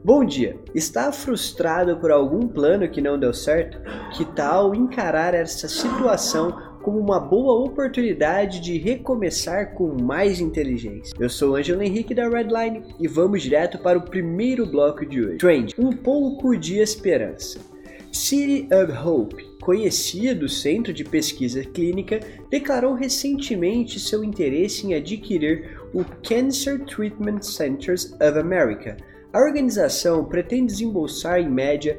Bom dia! Está frustrado por algum plano que não deu certo? Que tal encarar essa situação como uma boa oportunidade de recomeçar com mais inteligência? Eu sou Ângelo Henrique da Redline e vamos direto para o primeiro bloco de hoje. Trend, um pouco de esperança. City of Hope, conhecido centro de pesquisa clínica, declarou recentemente seu interesse em adquirir o Cancer Treatment Centers of America. A organização pretende desembolsar em média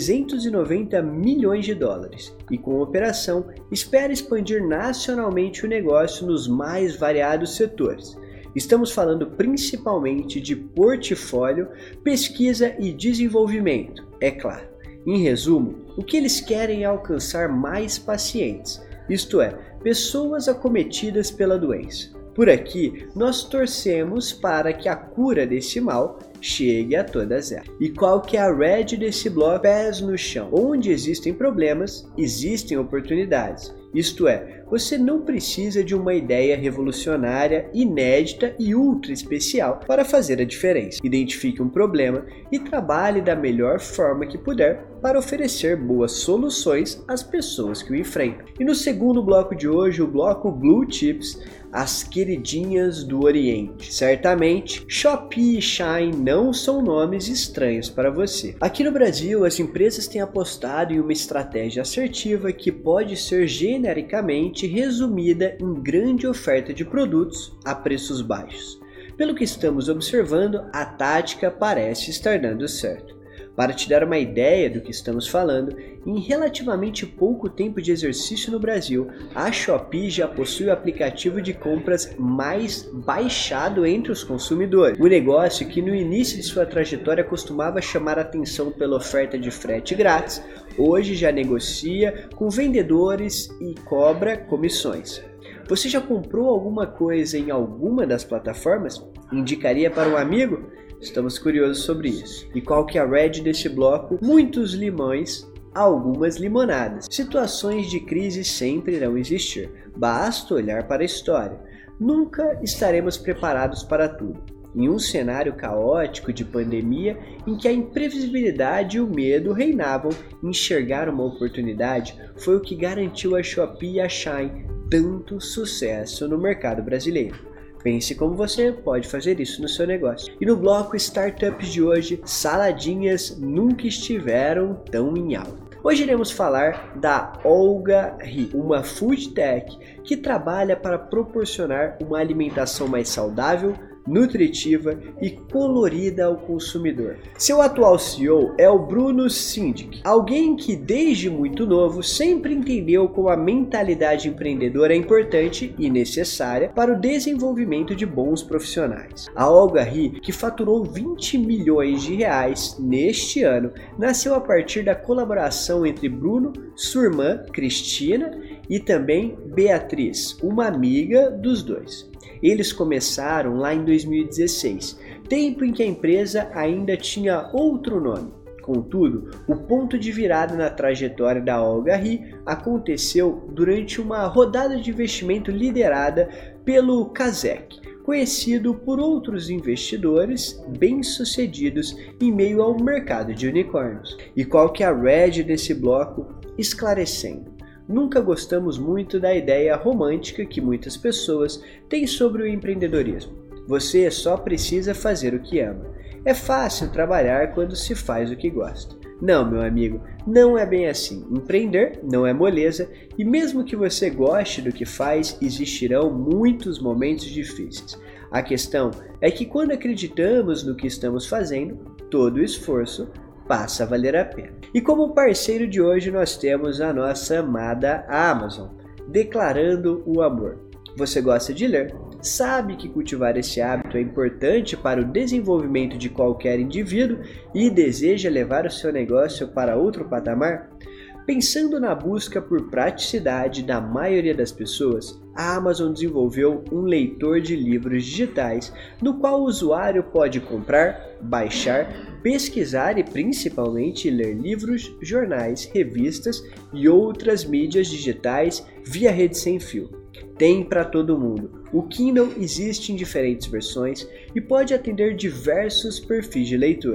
390 milhões de dólares e, com a operação, espera expandir nacionalmente o negócio nos mais variados setores. Estamos falando principalmente de portfólio, pesquisa e desenvolvimento, é claro. Em resumo, o que eles querem é alcançar mais pacientes, isto é, pessoas acometidas pela doença. Por aqui, nós torcemos para que a cura desse mal chegue a todas elas. E qual que é a red desse bloco? Pés no chão. Onde existem problemas, existem oportunidades. Isto é, você não precisa de uma ideia revolucionária, inédita e ultra especial para fazer a diferença. Identifique um problema e trabalhe da melhor forma que puder para oferecer boas soluções às pessoas que o enfrentam. E no segundo bloco de hoje, o bloco Blue Chips, as queridinhas do Oriente. Certamente, Shopee e Shein não são nomes estranhos para você. Aqui no Brasil, as empresas têm apostado em uma estratégia assertiva que pode ser genericamente resumida em grande oferta de produtos a preços baixos. Pelo que estamos observando, a tática parece estar dando certo. Para te dar uma ideia do que estamos falando, em relativamente pouco tempo de exercício no Brasil, a Shopee já possui o aplicativo de compras mais baixado entre os consumidores. Um negócio que no início de sua trajetória costumava chamar atenção pela oferta de frete grátis, hoje já negocia com vendedores e cobra comissões. Você já comprou alguma coisa em alguma das plataformas? Indicaria para um amigo? Estamos curiosos sobre isso. E qual que é a red desse bloco? Muitos limões, algumas limonadas. Situações de crise sempre irão existir. Basta olhar para a história. Nunca estaremos preparados para tudo. Em um cenário caótico de pandemia em que a imprevisibilidade e o medo reinavam, enxergar uma oportunidade foi o que garantiu a Shopee e a Shein tanto sucesso no mercado brasileiro. Pense como você pode fazer isso no seu negócio. E no bloco Startups de hoje, saladinhas nunca estiveram tão em alta. Hoje iremos falar da Olga Ri, uma food tech que trabalha para proporcionar uma alimentação mais saudável, nutritiva e colorida ao consumidor. Seu atual CEO é o Bruno Sindic, alguém que desde muito novo sempre entendeu como a mentalidade empreendedora é importante e necessária para o desenvolvimento de bons profissionais. A Olga Ri, que faturou 20 milhões de reais neste ano, nasceu a partir da colaboração entre Bruno, sua irmã Cristina e também Beatriz, uma amiga dos dois. Eles começaram lá em 2016, tempo em que a empresa ainda tinha outro nome. Contudo, o ponto de virada na trajetória da Olga Ri aconteceu durante uma rodada de investimento liderada pelo Kazek, conhecido por outros investidores bem-sucedidos em meio ao mercado de unicórnios. E qual que é a red desse bloco? Esclarecendo. Nunca gostamos muito da ideia romântica que muitas pessoas têm sobre o empreendedorismo. Você só precisa fazer o que ama. É fácil trabalhar quando se faz o que gosta. Não, meu amigo, não é bem assim. Empreender não é moleza e mesmo que você goste do que faz, existirão muitos momentos difíceis. A questão é que quando acreditamos no que estamos fazendo, todo o esforço passa a valer a pena. E como parceiro de hoje nós temos a nossa amada Amazon, declarando o amor. Você gosta de ler? Sabe que cultivar esse hábito é importante para o desenvolvimento de qualquer indivíduo e deseja levar o seu negócio para outro patamar? Pensando na busca por praticidade da maioria das pessoas, a Amazon desenvolveu um leitor de livros digitais no qual o usuário pode comprar, baixar, pesquisar e principalmente ler livros, jornais, revistas e outras mídias digitais via rede sem fio. Tem para todo mundo. O Kindle existe em diferentes versões e pode atender diversos perfis de leitores.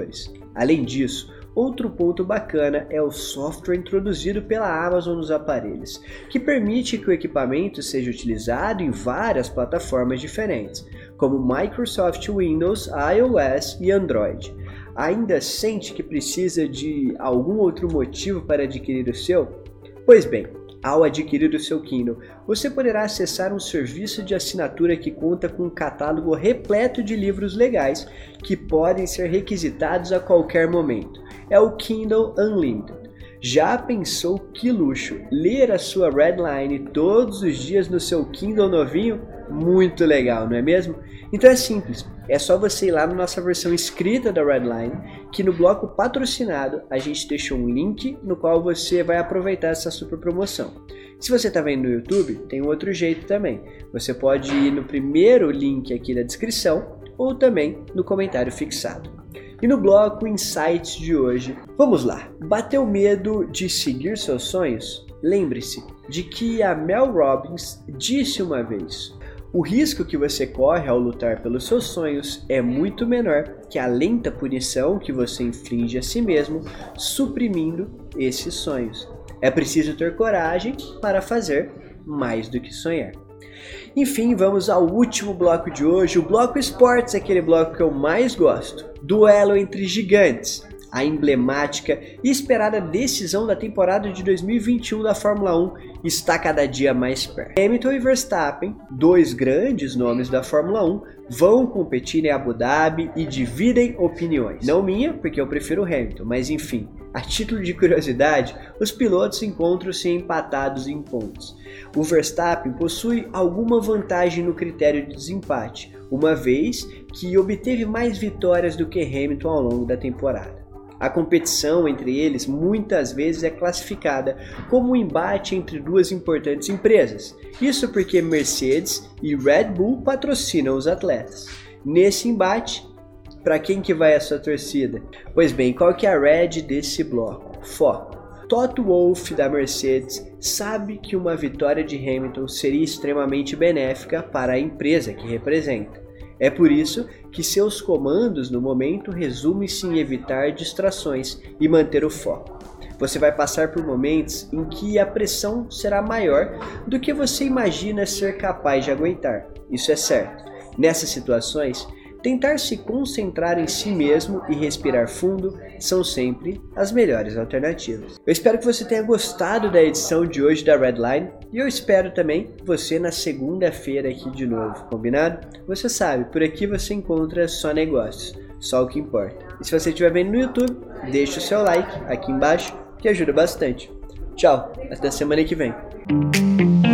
Além disso, outro ponto bacana é o software introduzido pela Amazon nos aparelhos, que permite que o equipamento seja utilizado em várias plataformas diferentes, como Microsoft Windows, iOS e Android. Ainda sente que precisa de algum outro motivo para adquirir o seu? Pois bem, ao adquirir o seu Kindle, você poderá acessar um serviço de assinatura que conta com um catálogo repleto de livros legais que podem ser requisitados a qualquer momento. É o Kindle Unlimited. Já pensou que luxo ler a sua Redline todos os dias no seu Kindle novinho? Muito legal, não é mesmo? Então é simples, é só você ir lá na nossa versão escrita da Redline, que no bloco patrocinado a gente deixou um link no qual você vai aproveitar essa super promoção. Se você está vendo no YouTube, tem um outro jeito também. Você pode ir no primeiro link aqui da descrição ou também no comentário fixado. E no bloco Insights de hoje, vamos lá. Bateu medo de seguir seus sonhos? Lembre-se de que a Mel Robbins disse uma vez: o risco que você corre ao lutar pelos seus sonhos é muito menor que a lenta punição que você inflige a si mesmo suprimindo esses sonhos. É preciso ter coragem para fazer mais do que sonhar. Enfim, vamos ao último bloco de hoje, o bloco Esportes, aquele bloco que eu mais gosto. Duelo entre gigantes. A emblemática e esperada decisão da temporada de 2021 da Fórmula 1 está cada dia mais perto. Hamilton e Verstappen, dois grandes nomes da Fórmula 1, vão competir em Abu Dhabi e dividem opiniões. Não minha, porque eu prefiro Hamilton, mas enfim, a título de curiosidade, os pilotos encontram-se empatados em pontos. O Verstappen possui alguma vantagem no critério de desempate, uma vez que obteve mais vitórias do que Hamilton ao longo da temporada. A competição entre eles muitas vezes é classificada como um embate entre duas importantes empresas. Isso porque Mercedes e Red Bull patrocinam os atletas. Nesse embate, para quem que vai a sua torcida? Pois bem, qual que é a red desse bloco? Foco. Toto Wolff da Mercedes sabe que uma vitória de Hamilton seria extremamente benéfica para a empresa que representa. É por isso que seus comandos no momento resumem-se em evitar distrações e manter o foco. Você vai passar por momentos em que a pressão será maior do que você imagina ser capaz de aguentar. Isso é certo. Nessas situações, tentar se concentrar em si mesmo e respirar fundo são sempre as melhores alternativas. Eu espero que você tenha gostado da edição de hoje da Redline e eu espero também você na segunda-feira aqui de novo, combinado? Você sabe, por aqui você encontra só negócios, só o que importa. E se você estiver vendo no YouTube, deixa o seu like aqui embaixo que ajuda bastante. Tchau, até semana que vem.